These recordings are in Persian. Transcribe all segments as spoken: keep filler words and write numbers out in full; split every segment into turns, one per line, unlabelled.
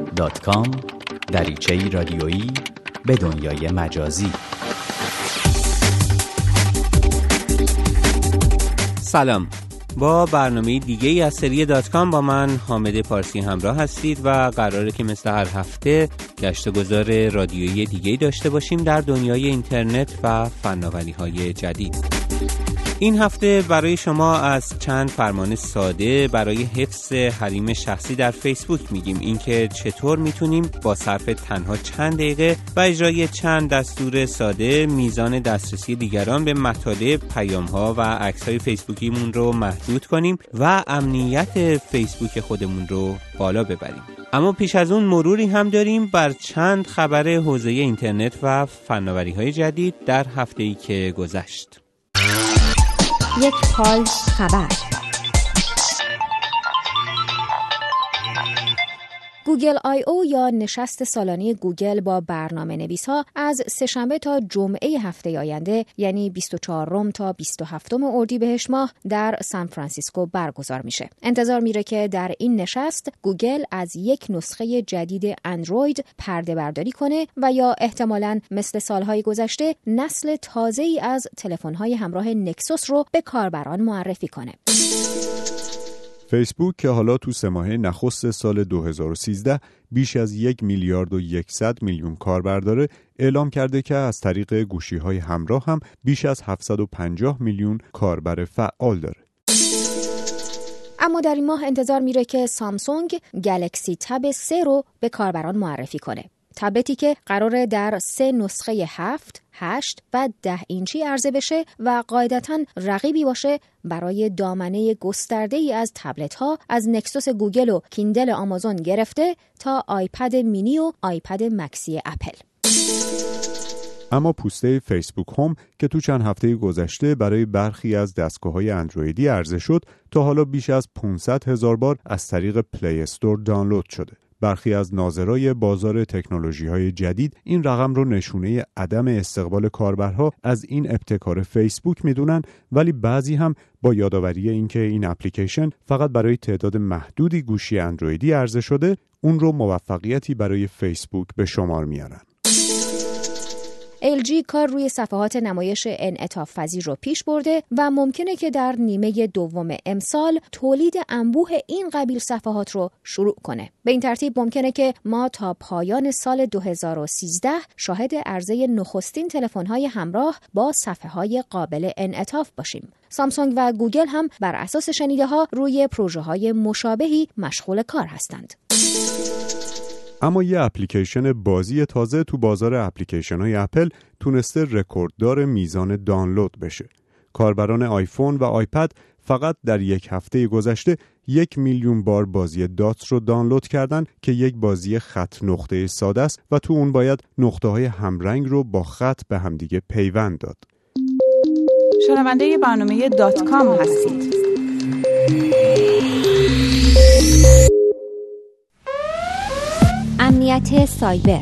دات کام دریچه‌ای رادیویی به دنیای مجازی.
سلام، با برنامه دیگه ای از سری دات کام با من حامد پارسی همراه هستید و قراره که مثل هر هفته گشت و گذار رادیویی دیگه داشته باشیم در دنیای اینترنت و فناوری‌های جدید. این هفته برای شما از چند فرمان ساده برای حفظ حریم شخصی در فیسبوک میگیم، اینکه چطور میتونیم با صرف تنها چند دقیقه و اجرای چند دستور ساده میزان دسترسی دیگران به مطالب، پیام‌ها و عکس‌های فیسبوکیمون رو محدود کنیم و امنیت فیسبوک خودمون رو بالا ببریم. اما پیش از اون مروری هم داریم بر چند خبر حوزه اینترنت و فناوری‌های جدید در هفته‌ای که گذشت.
یک حال خبر. گوگل آی او یا نشست سالانه گوگل با برنامه نویس‌ها از سه‌شنبه تا جمعه هفته آینده یعنی بیست و چهارم تا بیست و هفتم اردیبهشت ماه در سان فرانسیسکو برگزار میشه. انتظار میره که در این نشست گوگل از یک نسخه جدید اندروید پرده برداری کنه و یا احتمالاً مثل سالهای گذشته نسل تازه‌ای از تلفن‌های همراه نکسوس رو به کاربران معرفی کنه.
فیسبوک که حالا تو سه ماهه نخست سال دو هزار و سیزده بیش از یک میلیارد و یکصد میلیون کاربر داره، اعلام کرده که از طریق گوشی‌های همراه هم بیش از هفتصد و پنجاه میلیون کاربر فعال داره.
اما در این ماه انتظار میره که سامسونگ گلکسی تب سه رو به کاربران معرفی کنه. تبلتی که قراره در سه نسخه هفت، هشت و ده اینچی عرضه بشه و قاعدتاً رقیبی باشه برای دامنه گسترده‌ای از تبلت ها از نکسوس گوگل و کیندل آمازون گرفته تا آیپد مینی و آیپد مکسی اپل.
اما پوسته فیسبوک هوم که تو چند هفته گذشته برای برخی از دستگاه‌های اندرویدی عرضه شد، تا حالا بیش از پانصد هزار بار از طریق پلی استور دانلود شده. برخی از ناظرای بازار تکنولوژی‌های جدید این رقم رو نشونه عدم استقبال کاربرها از این ابتکار فیسبوک میدونن، ولی بعضی هم با یادآوری اینکه این اپلیکیشن فقط برای تعداد محدودی گوشی اندرویدی عرضه شده، اون رو موفقیتی برای فیسبوک به شمار میارن.
ال جی کار روی صفحات نمایش انعطاف پذیر رو پیش برده و ممکنه که در نیمه دوم امسال تولید انبوه این قبیل صفحات رو شروع کنه. به این ترتیب ممکنه که ما تا پایان سال دو هزار و سیزده شاهد عرضه نخستین تلفن‌های همراه با صفحه‌های قابل انعطاف باشیم. سامسونگ و گوگل هم بر اساس شنیده‌ها روی پروژه‌های مشابهی مشغول کار هستند.
اما یه اپلیکیشن بازی تازه تو بازار اپلیکیشن‌های اپل تونسته رکورددار میزان دانلود بشه. کاربران آیفون و آیپد فقط در یک هفته گذشته یک میلیون بار بازی داتس رو دانلود کردن که یک بازی خط نقطه ساده است و تو اون باید نقطه‌های همرنگ رو با خط به همدیگه پیوند داد.
شنونده برنامه دات کام هستید.
امنیت سایبر.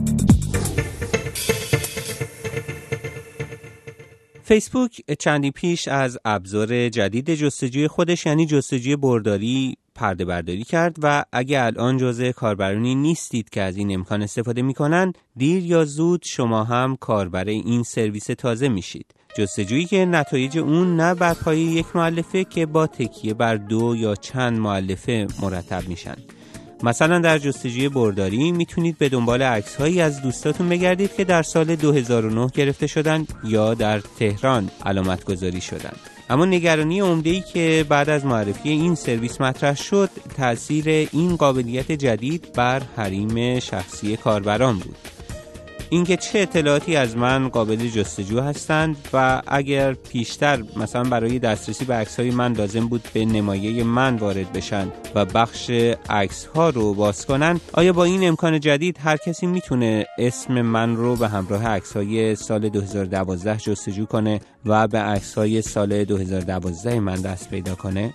فیسبوک چندی پیش از ابزار جدید جستجوی خودش یعنی جستجوی برداری پرده برداری کرد و اگه الان جزء کاربرانی نیستید که از این امکان استفاده میکنن، دیر یا زود شما هم کاربر این سرویس تازه میشید. جستجویی که نتایج اون نه بر پایه یک مؤلفه که با تکیه بر دو یا چند مؤلفه مرتب میشن. مثلا در جستجوی برداری میتونید به دنبال عکس‌هایی از دوستاتون بگردید که در سال دو هزار و نه گرفته شدن یا در تهران علامت گذاری شدن. اما نگرانی عمده‌ای که بعد از معرفی این سرویس مطرح شد، تأثیر این قابلیت جدید بر حریم شخصی کاربران بود. اینکه چه اطلاعاتی از من قابل جستجو هستند و اگر پیشتر مثلا برای دسترسی به عکس‌های من لازم بود به نمایه من وارد بشن و بخش عکس‌ها رو باز کنن، آیا با این امکان جدید هر کسی میتونه اسم من رو به همراه عکس‌های سال دو هزار و دوازده جستجو کنه و به عکس‌های سال دو هزار و دوازده من دست پیدا کنه؟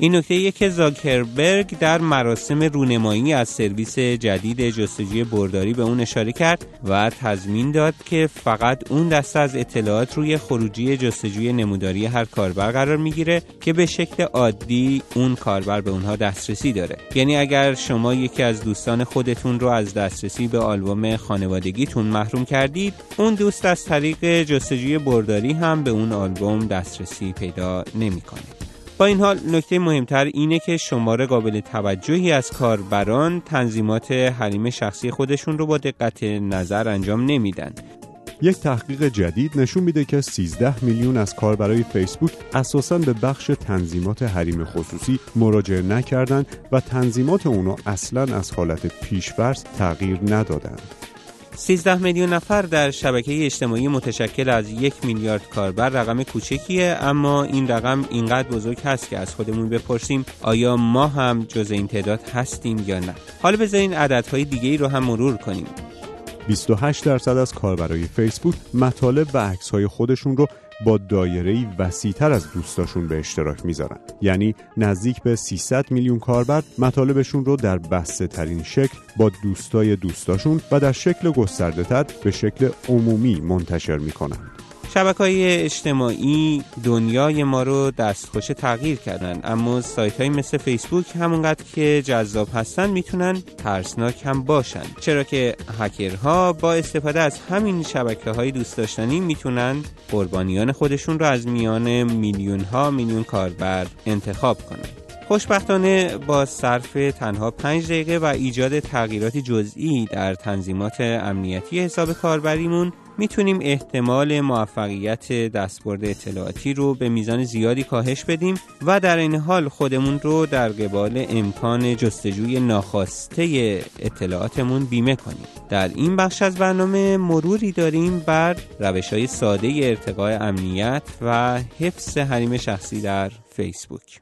این نکته که زاکربرگ در مراسم رونمایی از سرویس جدید جستجوی برداری به اون اشاره کرد و تضمین داد که فقط اون دسته از اطلاعات روی خروجی جستجوی نموداری هر کاربر قرار میگیره که به شکل عادی اون کاربر به اونها دسترسی داره. یعنی اگر شما یکی از دوستان خودتون رو از دسترسی به آلبوم خانوادگیتون محروم کردید، اون دوست از طریق جستجوی برداری هم به اون آلبوم دسترسی پیدا نمیکنه. با این حال نکته مهمتر اینه که شمار قابل توجهی از کاربران تنظیمات حریم شخصی خودشون رو با دقت نظر انجام نمیدن.
یک تحقیق جدید نشون میده که سیزده میلیون از کاربرای فیسبوک اساساً به بخش تنظیمات حریم خصوصی مراجعه نکردن و تنظیمات اونو اصلاً از حالت پیش‌فرض تغییر ندادن.
سیزده میلیون نفر در شبکه اجتماعی متشکل از یک میلیارد کاربر رقم کوچکیه، اما این رقم اینقدر بزرگ هست که از خودمون بپرسیم آیا ما هم جز این تعداد هستیم یا نه. حالا بذارین عددهای دیگه‌ای رو هم مرور کنیم.
بیست و هشت درصد از کاربرای فیسبوک مطالب و عکس‌های خودشون رو با دایره‌ای وسیع‌تر از دوستاشون به اشتراک میذارن. یعنی نزدیک به سیصد میلیون کاربر مطالبشون رو در بسته ترین شکل با دوستای دوستاشون و در شکل گسترده‌تر به شکل عمومی منتشر میکنن.
شبکه‌های اجتماعی دنیای ما رو دستخوش تغییر کردن، اما سایت‌های مثل فیسبوک همونقدر که جذاب هستن میتونن ترسناک هم باشن، چرا که هکرها با استفاده از همین شبکه‌های دوست داشتنی میتونن قربانیان خودشون رو از میان میلیون‌ها میلیون کاربر انتخاب کنن. خوشبختانه با صرف تنها پنج دقیقه و ایجاد تغییراتی جزئی در تنظیمات امنیتی حساب کاربریمون میتونیم احتمال موفقیت دستبرد اطلاعاتی رو به میزان زیادی کاهش بدیم و در این حال خودمون رو در قبال امکان جستجوی ناخواسته اطلاعاتمون بیمه کنیم. در این بخش از برنامه مروری داریم بر روش‌های ساده ارتقاء امنیت و حفظ حریم شخصی در فیسبوک.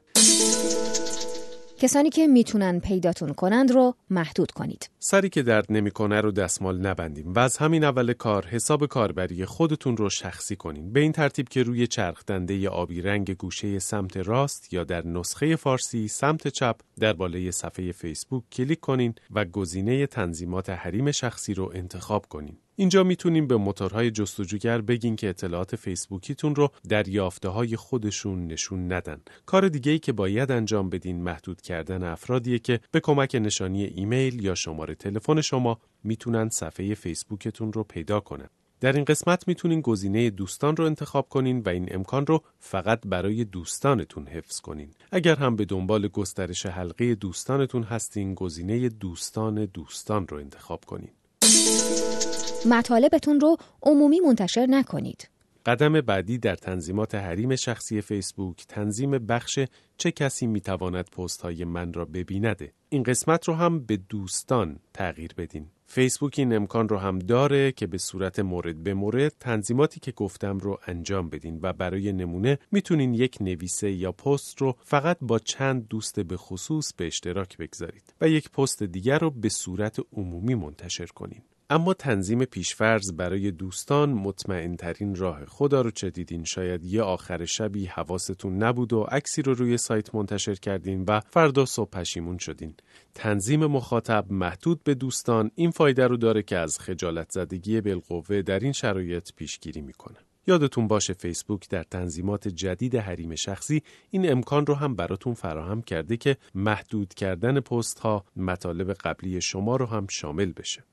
کسانی که میتونن پیداتون کنند رو محدود کنید.
سری که درد نمیکنه رو دستمال نبندیم و از همین اول کار حساب کاربری خودتون رو شخصی کنین. به این ترتیب که روی چرخ دنده آبی رنگ گوشه سمت راست یا در نسخه فارسی سمت چپ در بالای صفحه فیسبوک کلیک کنین و گزینه تنظیمات حریم شخصی رو انتخاب کنین. اینجا میتونیم به موتورهای جستجوگر بگین که اطلاعات فیسبوکیتون رو در یافته‌های خودشون نشون ندن. کار دیگه‌ای که باید انجام بدین محدود کردن افرادیه که به کمک نشانی ایمیل یا شماره تلفن شما میتونن صفحه فیسبوکتون رو پیدا کنن. در این قسمت میتونین گزینه دوستان رو انتخاب کنین و این امکان رو فقط برای دوستانتون حفظ کنین. اگر هم به دنبال گسترش حلقه دوستانتون هستین، گزینه دوستان دوستان رو انتخاب کنین.
مطالبتون رو عمومی منتشر نکنید.
قدم بعدی در تنظیمات حریم شخصی فیسبوک تنظیم بخش چه کسی میتواند پست های من را ببینده. این قسمت رو هم به دوستان تغییر بدین. فیسبوک این امکان رو هم داره که به صورت مورد به مورد تنظیماتی که گفتم رو انجام بدین و برای نمونه میتونین یک نویسه یا پست رو فقط با چند دوست به خصوص به اشتراک بگذارید و یک پست دیگر رو به صورت عمومی منتشر کنین. اما تنظیم پیشفرض برای دوستان مطمئن ترین راه. خدا رو چه دیدین، شاید یه آخر شبی حواستون نبود و عکسی رو روی سایت منتشر کردین و فردا صبح پشیمون شدین. تنظیم مخاطب محدود به دوستان این فایده رو داره که از خجالت زدگی بالقوه در این شرایط پیشگیری میکنه. یادتون باشه فیسبوک در تنظیمات جدید حریم شخصی این امکان رو هم براتون فراهم کرده که محدود کردن پست ها مطالب قبلی شما رو هم شامل بشه.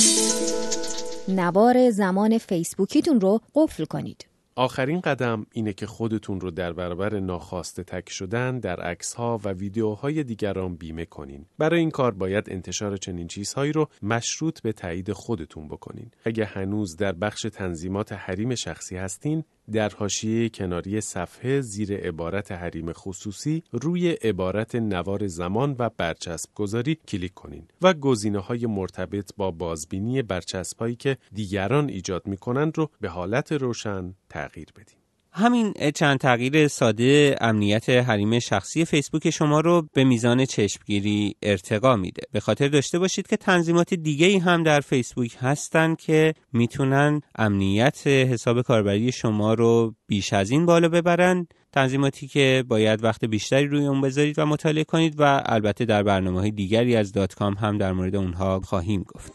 نوار زمان فیسبوکیتون رو قفل کنید.
آخرین قدم اینه که خودتون رو در برابر ناخواسته تگ شدن در عکس‌ها و ویدیوهای دیگران بیمه کنین. برای این کار باید انتشار چنین چیزهایی رو مشروط به تایید خودتون بکنین. اگه هنوز در بخش تنظیمات حریم شخصی هستین، در حاشیه کناری صفحه زیر عبارت حریم خصوصی روی عبارت نوار زمان و برچسب گذاری کلیک کنین و گزینه‌های مرتبط با بازبینی برچسب‌هایی که دیگران ایجاد می‌کنند رو به حالت روشن تغییر بدین.
همین چند تغییر ساده امنیت حریم شخصی فیسبوک شما رو به میزان چشمگیری ارتقا میده. به خاطر داشته باشید که تنظیمات دیگه‌ای هم در فیسبوک هستن که میتونن امنیت حساب کاربری شما رو بیش از این بالا ببرن. تنظیماتی که باید وقت بیشتری روی اون بذارید و مطالعه کنید و البته در برنامه‌های دیگری از دات کام هم در مورد اونها خواهیم گفت.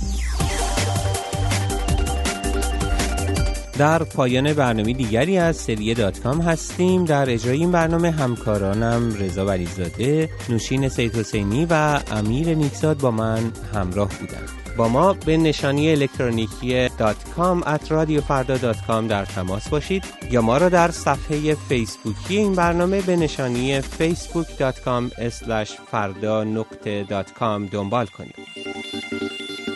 در پایان برنامه دیگری از سری دات کام هستیم. در اجرای این برنامه همکارانم رضا ولیزاده، نوشین سید حسینی و امیر نیکزاد با من همراه بودند. با ما به نشانی الکترونیکی دات کام ات رادیو فردا دات کام در تماس باشید یا ما را در صفحه فیسبوکی این برنامه به نشانی فیسبوک دات کام اسلش فردا نقطه دات کام دنبال کنید.